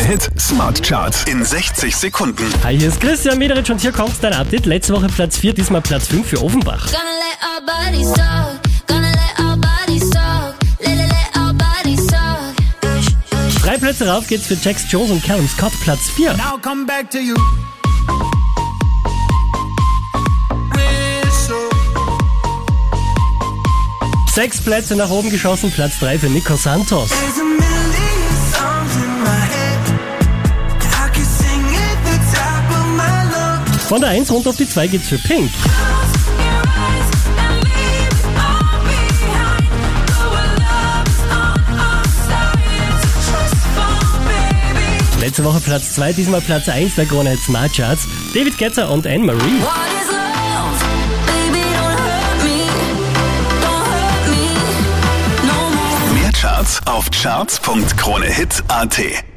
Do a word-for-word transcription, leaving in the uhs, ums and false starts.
Hit Smart Charts in sechzig Sekunden. Hi, hier ist Christian Mederitsch und hier kommt dein Update. Letzte Woche Platz vier, diesmal Platz fünf für Offenbach. Drei Plätze rauf geht's für Jax Jones und Callum Scott, Platz vier. Sechs Plätze nach oben geschossen, Platz drei für Nico Santos. Von der eins runter auf die zwei geht's für Pink. Letzte Woche Platz zwei, diesmal Platz eins der Krone Hit Smart Charts. David Guetta und Anne-Marie. Mehr Charts auf charts punkt kronehit punkt at.